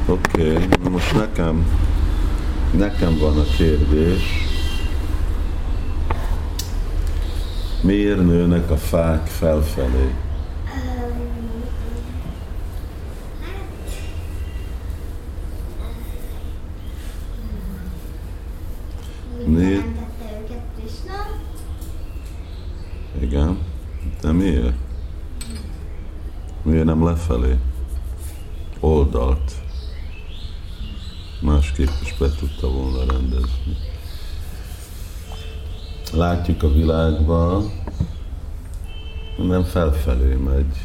Oké, most nekem van a kérdés. Miért nőnek a fák felfelé? Miért? Igen, de miért? Miért nem lefelé? Oldalt. Másképp is be tudta volna rendezni. Látjuk a világban, nem felfelé megy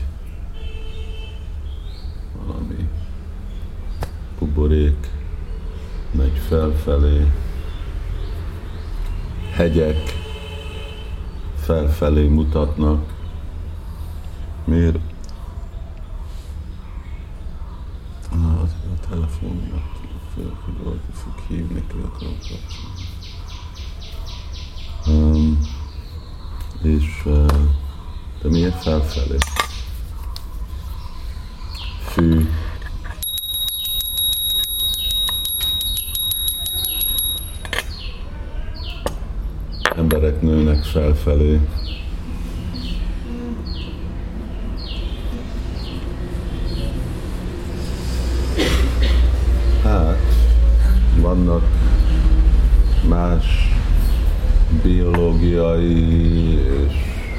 valami buborék, megy felfelé, hegyek felfelé mutatnak. Miért? A telefonnak valaki fog hívni, ki akarom kapcsolni. De miért felfelé? Fű. Emberek nőnek felfelé. Hát, vannak más biológiai és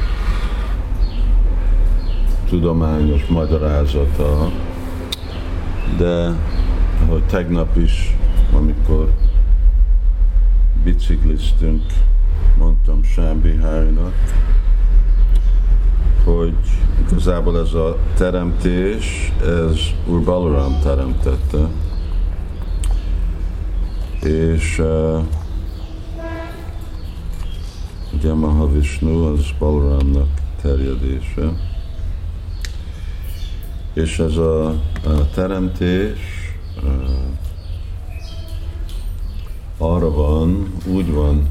tudományos magyarázata, de ahogy tegnap is, amikor bicikliztünk, mondtam Sámbihánynak, hogy igazából ez a teremtés, ez Úr Balaram teremtette, és ugye Mahavishnu az Balaramnak terjedése, és ez a teremtés arra van, úgy van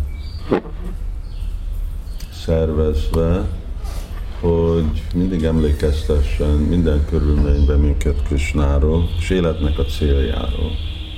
szervezve, hogy mindig emlékeztessen minden körülményben minket Krishnáról, és életnek a céljáról.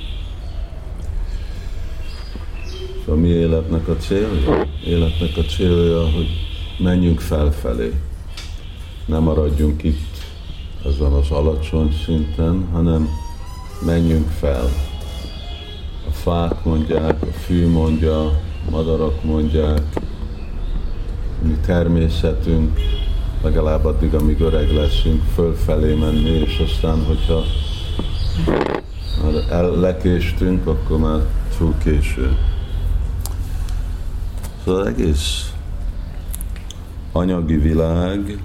Szóval mi életnek a célja? Életnek a célja, hogy menjünk felfelé. Nem maradjunk itt ezen az alacsony szinten, hanem menjünk fel. A fák mondják, a fű mondja, a madarak mondják, mi természetünk, legalább addig, amíg öreg leszünk, fölfelé menni, és aztán, hogyha már lekéstünk, akkor már túl késő. Szóval az egész anyagi világnak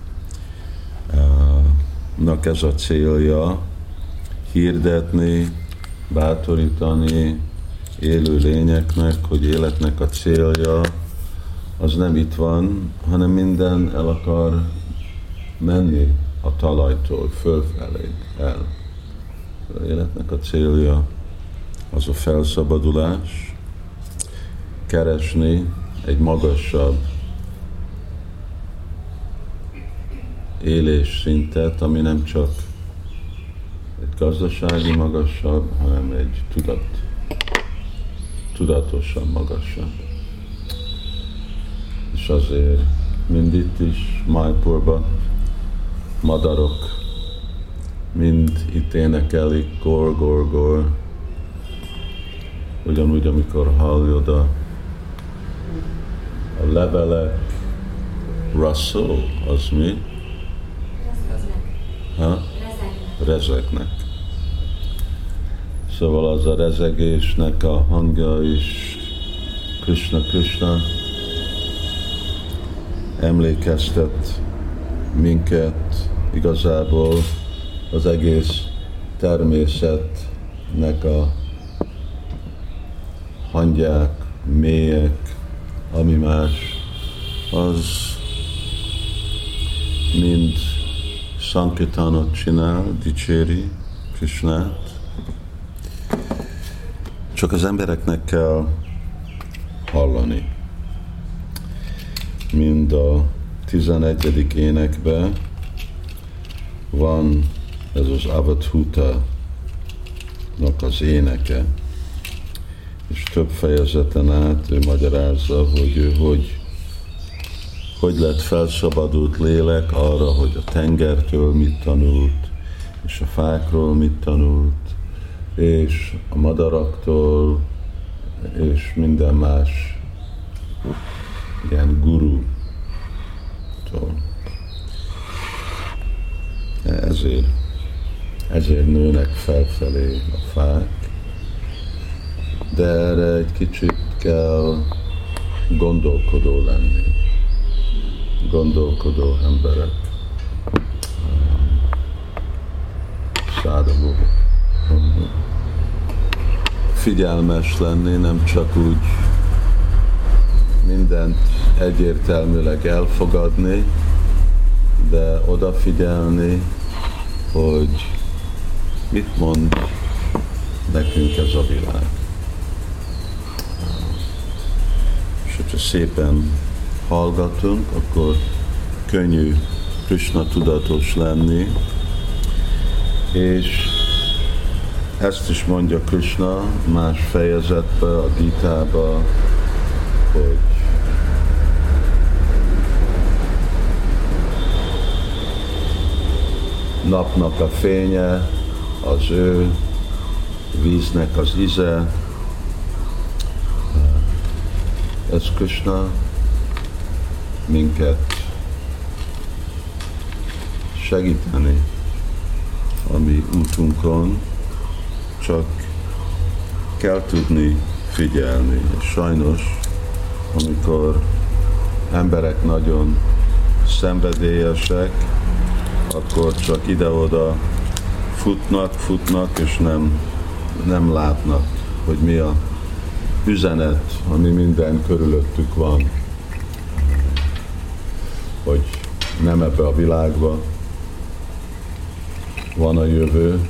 ez a célja, hirdetni, bátorítani élő lényeknek, hogy életnek a célja az nem itt van, hanem minden el akar menni a talajtól, fölfelé, el. Az életnek a célja az a felszabadulás, keresni egy magasabb élésszintet, ami nem csak egy gazdasági magasabb, hanem egy tudatosabb magasabb. És azért mind itt is, Májpurban, madarok mind itt énekelik, gor, gor, gor. Ugyanúgy, amikor hallod a levelek, Russell, az mi? Ha? Rezegnek. Szóval az a rezegésnek a hangja is Krishna, Krishna emlékeztet minket igazából az egész természetnek a hangyák, mélyek, ami más, az mind Sankirtanot csinál, dicséri Krishnát. Csak az embereknek kell hallani. Mind a 11. énekben van ez az Avathuta az éneke. És több fejezeten át ő magyarázza, hogy ő hogy lett felszabadult lélek arra, hogy a tengertől mit tanult, és a fákról mit tanult, és a madaraktól, és minden más ilyen gurútól. Ezért nőnek felfelé a fák, de erre egy kicsit kell gondolkodó lenni. Gondolkodó emberek. Szádagó. Figyelmes lenni, nem csak úgy mindent egyértelműleg elfogadni, de odafigyelni, hogy mit mond nekünk ez a világ. És hogyha szépen hallgatunk, akkor könnyű Krishna tudatos lenni, és ezt is mondja Krishna más fejezetben, a Gítába, hogy napnak a fénye, az ő, víznek az íze. Ez Krishna minket segíteni a mi útunkon, csak kell tudni figyelni. És sajnos, amikor emberek nagyon szenvedélyesek, akkor csak ide-oda futnak, és nem látnak, hogy mi a üzenet, ami minden körülöttük van. Hogy nem ebbe a világba van a jövő,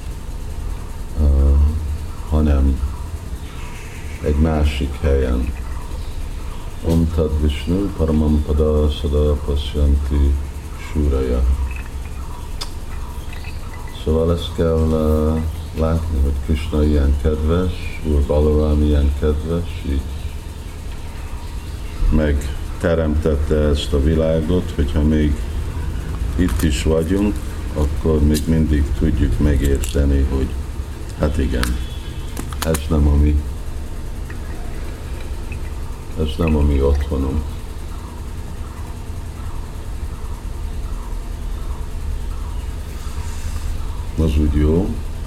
hanem egy másik helyen. Om Tad Vishnu Paramam Pada Sada Pasyanti Shuraya. Szóval ezt kell látni, hogy Krishna ilyen kedves, Úr Balaram ilyen kedves, így megteremtette ezt a világot, hogyha még itt is vagyunk, akkor még mindig tudjuk megérteni, hogy hát igen, ez nem a mi otthonunk. Az úgy jó,